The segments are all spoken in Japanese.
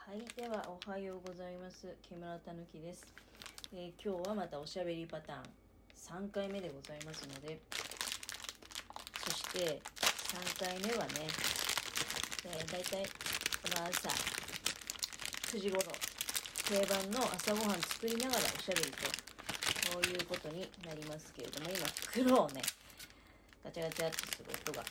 はい、ではおはようございます。木村たぬきです。今日はまたおしゃべりパターン3回目でございますので、そして3回目はね、だいたいこの朝9時頃定番の朝ごはん作りながらおしゃべりとこういうことになりますけれども、今袋をねガチャガチャっとする音が、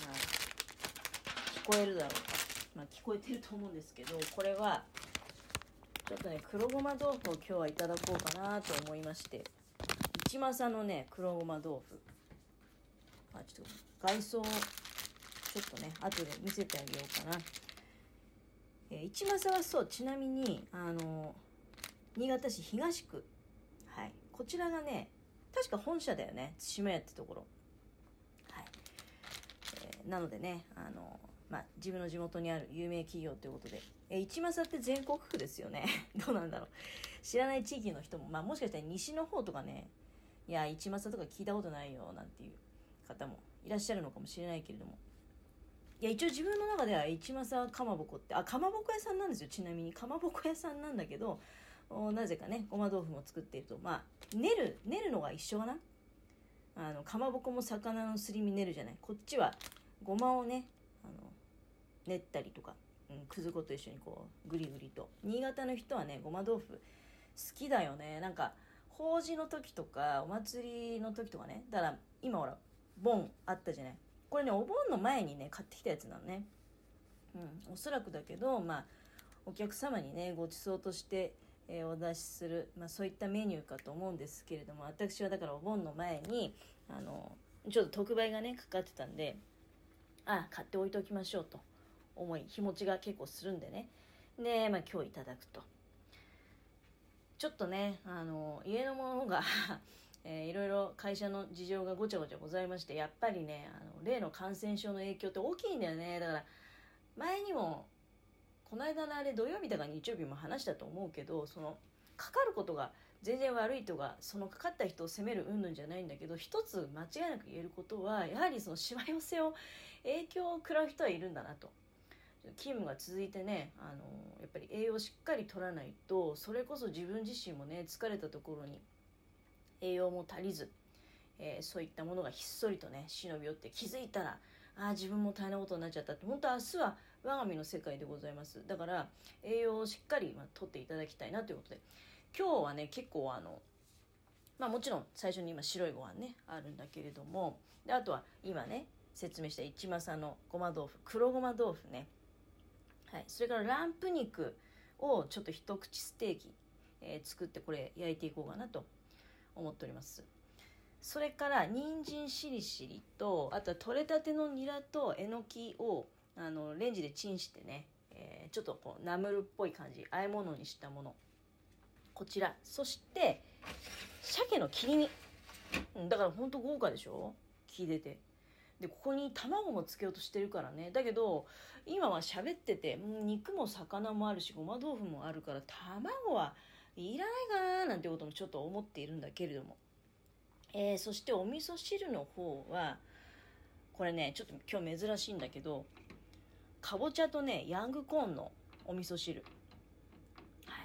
聞こえるだろうか、聞こえてると思うんですけど、これはちょっとね黒ごま豆腐を今日はいただこうかなと思いまして、一政のね黒ごま豆腐、ちょっと外装をちょっとね後で見せてあげようかな。一政はそう、ちなみに新潟市東区、はい、こちらがね確か本社だよね、対馬屋ってところ、はい。なのでね自分の地元にある有名企業ということで、一政って全国区ですよねどうなんだろう、知らない地域の人も、もしかしたら西の方とかね、いや一政とか聞いたことないよなんていう方もいらっしゃるのかもしれないけれども、いや一応自分の中では一政かまぼこってかまぼこ屋さんなんですよ。ちなみにかまぼこ屋さんなんだけど、なぜかねごま豆腐も作っていると、練るのが一緒かな。かまぼこも魚のすり身練るじゃない、こっちはごまをね練ったりとか、くず粉と一緒にこうグリグリと。新潟の人はねごま豆腐好きだよね。なんか法事の時とかお祭りの時とかね、だから今ほら盆あったじゃない、これねお盆の前にね買ってきたやつなのね。おそらくだけどお客様にねご馳走として、お出しする、そういったメニューかと思うんですけれども、私はだからお盆の前にちょっと特売がねかかってたんで、買っておいておきましょうと思い、日持ちが結構するんでね。で、今日いただくと。ちょっとね、家のものがいろいろ会社の事情がごちゃごちゃございまして、やっぱりね、例の感染症の影響って大きいんだよね。だから、前にも、この間の土曜日だか日曜日も話したと思うけど、かかることが全然悪いとか、そのかかった人を責める云々じゃないんだけど、一つ間違いなく言えることは、やはりそのしわ寄せを影響を食らう人はいるんだなと。勤務が続いてね、やっぱり栄養をしっかり取らないと、それこそ自分自身もね疲れたところに栄養も足りず、そういったものがひっそりとね忍び寄って、気づいたら自分も大変なことになっちゃったって、本当明日は我が身の世界でございます。だから栄養をしっかり取っていただきたいなということで、今日はね結構もちろん最初に今白いご飯ねあるんだけれども、であとは今ね説明した一政のごま豆腐、黒ごま豆腐ね、はい、それからランプ肉をちょっと一口ステーキ、作ってこれ焼いていこうかなと思っております。それから人参しりしりと、あとは取れたてのニラとえのきをレンジでチンしてね、ちょっとこうナムルっぽい感じ、和え物にしたもの、こちら。そして鮭の切り身、だからほんと豪華でしょ、切れて。でここに卵もつけようとしてるからね。だけど今は喋ってて、肉も魚もあるしごま豆腐もあるから卵はいらないかななんてこともちょっと思っているんだけれども、そしてお味噌汁の方はこれねちょっと今日珍しいんだけど、かぼちゃとねヤングコーンのお味噌汁。はい、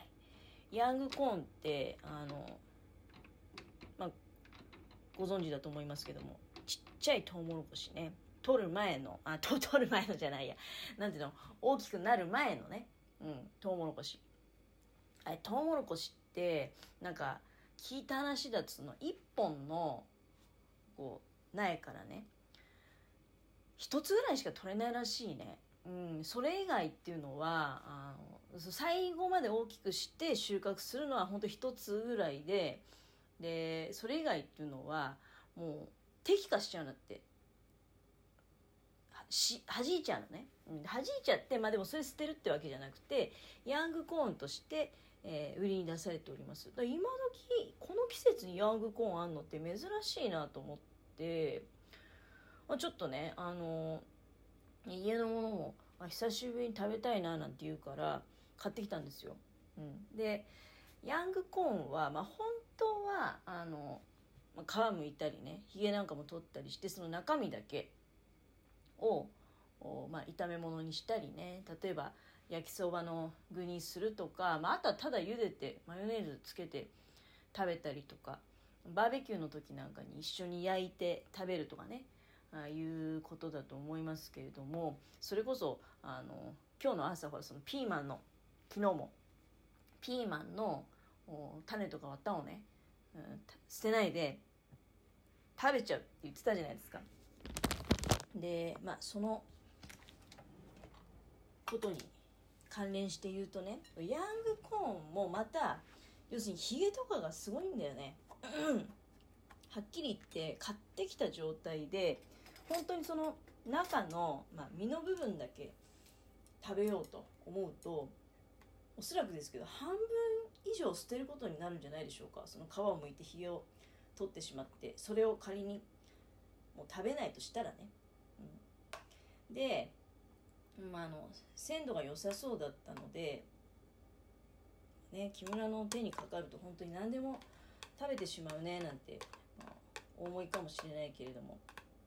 ヤングコーンってご存知だと思いますけども、ちっちゃいトウモロコシね、取る前の取る前のじゃないや、なんていうの、大きくなる前のね、トウモロコシ。トウモロコシってなんか聞いた話だと、その一本のこう苗からね一つぐらいしか取れないらしいね。それ以外っていうのは最後まで大きくして収穫するのは本当一つぐらいで、それ以外っていうのはもう摘化しちゃうんだって、弾いちゃうのね。弾いちゃって、でもそれ捨てるってわけじゃなくてヤングコーンとして、売りに出されております。だから今時この季節にヤングコーンあんのって珍しいなと思って、ちょっとね家のものも久しぶりに食べたいななんて言うから買ってきたんですよ。でヤングコーンは本当は皮むいたりね、ひげなんかも取ったりして、その中身だけを炒め物にしたりね、例えば、 焼きそばの具にするとか、あとはただ茹でてマヨネーズつけて食べたりとか、バーベキューの時なんかに一緒に焼いて食べるとかね、いうことだと思いますけれども、それこそ今日の朝ほらそのピーマンの、昨日もピーマンの種とか綿をね、捨てないで食べちゃうって言ってたじゃないですか。でそのことに関連して言うとね、ヤングコーンもまた要するにヒゲとかがすごいんだよねはっきり言って買ってきた状態で本当にその中の、身の部分だけ食べようと思うと、おそらくですけど半分以上捨てることになるんじゃないでしょうか。その皮を剥いてヒゲを取ってしまって、それを仮にもう食べないとしたらね、で、鮮度が良さそうだったのでね、木村の手にかかると本当に何でも食べてしまうねなんて、お思いかもしれないけれども、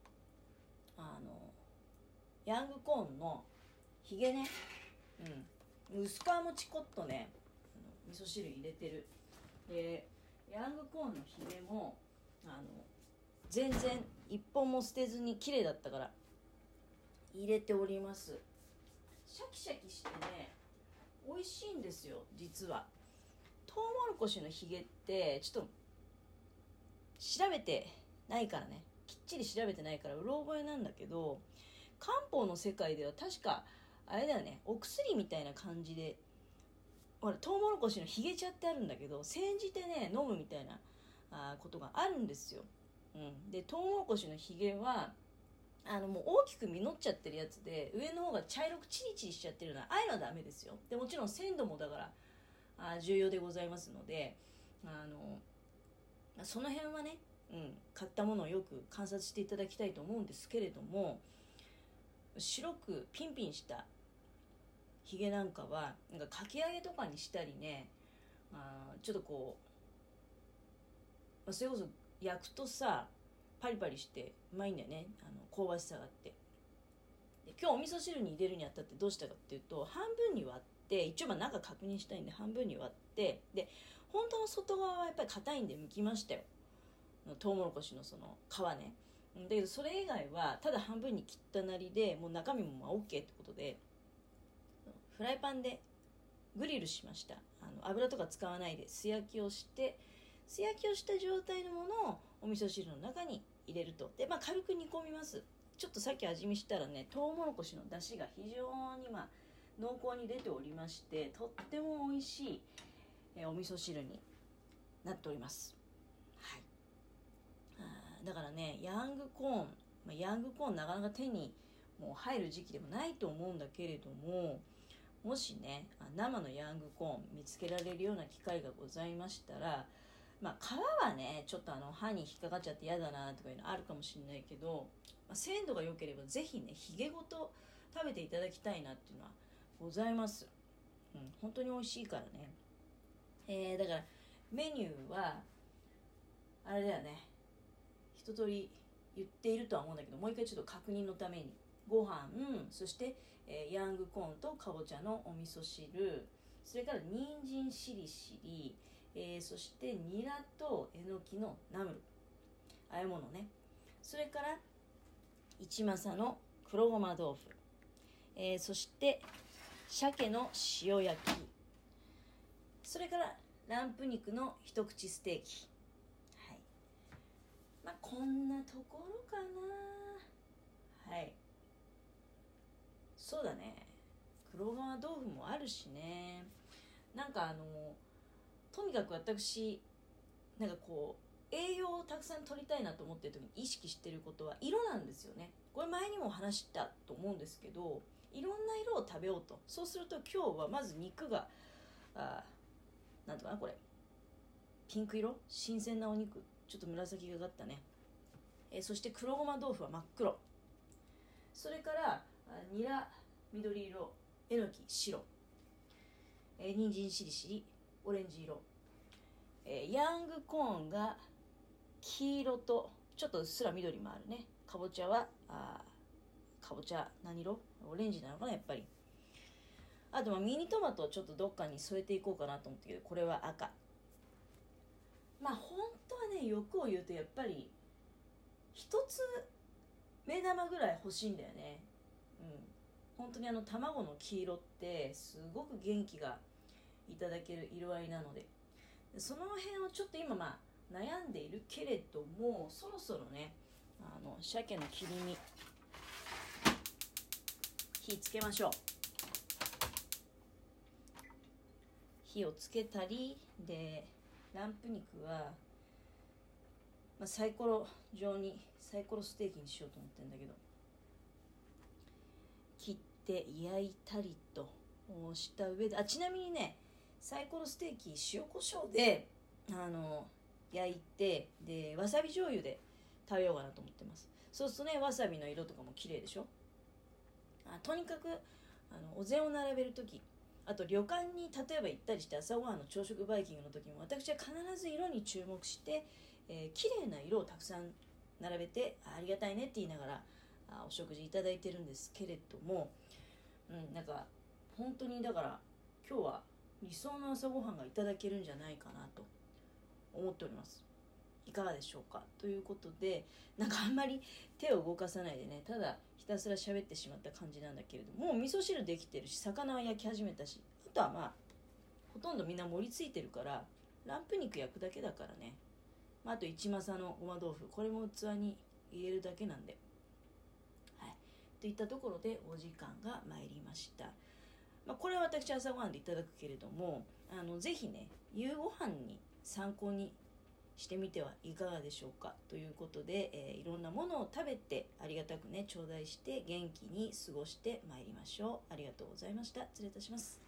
ヤングコーンのヒゲね、薄皮もチコッとね、味噌汁入れてる。でヤングコーンのヒゲも全然一本も捨てずに綺麗だったから入れております。シャキシャキしてね美味しいんですよ。実はトウモロコシのヒゲってちょっと調べてないからね、きっちり調べてないからうろ覚えなんだけど、漢方の世界では確かあれだよね、お薬みたいな感じで、ほらトウモロコシのヒゲ茶ってあるんだけど、煎じてね飲むみたいなことがあるんですよ。でトウモロコシのヒゲはもう大きく実っちゃってるやつで、上の方が茶色くチリチリしちゃってるのはああいうのはダメですよ。でもちろん鮮度もだから重要でございますので、その辺はね、買ったものをよく観察していただきたいと思うんですけれども、白くピンピンしたヒゲなんかはなんかかき揚げとかにしたりね、ちょっとこう、それこそ焼くとさパリパリしてうまいんだよね、香ばしさがあって。で今日お味噌汁に入れるにあたってどうしたかっていうと、半分に割って、一応中確認したいんで半分に割って、で本当の外側はやっぱり硬いんで剥きましたよ、トウモロコシのその皮ね。だけどそれ以外はただ半分に切ったなりで、もう中身もOK ってことでフライパンでグリルしました。油とか使わないで素焼きをして、素焼きをした状態のものをお味噌汁の中に入れると。で軽く煮込みます。ちょっとさっき味見したらね、トウモロコシの出汁が非常に濃厚に出ておりまして、とっても美味しい、お味噌汁になっております。はい。だからね、ヤングコーンなかなか手にもう入る時期でもないと思うんだけれども、もしね生のヤングコーン見つけられるような機会がございましたら、皮はねちょっと歯に引っかかっちゃって嫌だなとかいうのあるかもしれないけど、鮮度が良ければぜひねヒゲごと食べていただきたいなっていうのはございます。本当に美味しいからね。だからメニューはあれだよね、一通り言っているとは思うんだけど、もう一回ちょっと確認のために、ご飯、そして、ヤングコーンとかぼちゃのお味噌汁、それから人参しりしり、そしてニラとえのきのナムル、和え物ね。それから一政の黒ごま豆腐、そして鮭の塩焼き、それからランプ肉の一口ステーキ。こんなところかな。はい。そうだね。黒ごま豆腐もあるしね。とにかく私栄養をたくさん取りたいなと思ってる時に意識してることは色なんですよね。これ前にも話したと思うんですけど、いろんな色を食べようと。そうすると今日はまず肉がなんとかな、これピンク色、新鮮なお肉、ちょっと紫がかったね。そして黒ごま豆腐は真っ黒、それからニラ緑色、えのき白、人参しりしりオレンジ色、ヤングコーンが黄色とちょっとうっすら緑もあるね。かぼちゃはかぼちゃ何色、オレンジなのかなやっぱり。 あとミニトマトをちょっとどっかに添えていこうかなと思ったけど、これは赤。本当はね、欲を言うとやっぱり一つ目玉ぐらい欲しいんだよね。本当に卵の黄色ってすごく元気がいただける色合いなので、その辺をちょっと今悩んでいるけれども、そろそろね鮭の切り身火つけましょう。火をつけたりで、ランプ肉は、サイコロ状にサイコロステーキにしようと思ってるんだけど、切って焼いたりとした上で、ちなみにね、サイコロステーキ塩コショウで焼いて、でわさび醤油で食べようかなと思ってます。そうするとね、わさびの色とかも綺麗でしょ。とにかくお膳を並べるとき、あと旅館に例えば行ったりして朝ごはんの朝食バイキングの時も、私は必ず色に注目して、綺麗な色をたくさん並べて、ありがたいねって言いながらお食事いただいてるんですけれども、なんか本当にだから今日は理想の朝ごはんがいただけるんじゃないかなと思っております。いかがでしょうか。ということで、なんかあんまり手を動かさないでね、ただひたすら喋ってしまった感じなんだけれども、もう味噌汁できてるし、魚は焼き始めたし、あとはほとんどみんな盛りついてるから、ランプ肉焼くだけだからね。あと一政のごま豆腐、これも器に入れるだけなんで、はい、といったところでお時間が参りました。これは私朝ごはんでいただくけれども、ぜひね、夕ご飯に参考にしてみてはいかがでしょうか。ということで、いろんなものを食べてありがたくね頂戴して元気に過ごしてまいりましょう。ありがとうございました。失礼いたします。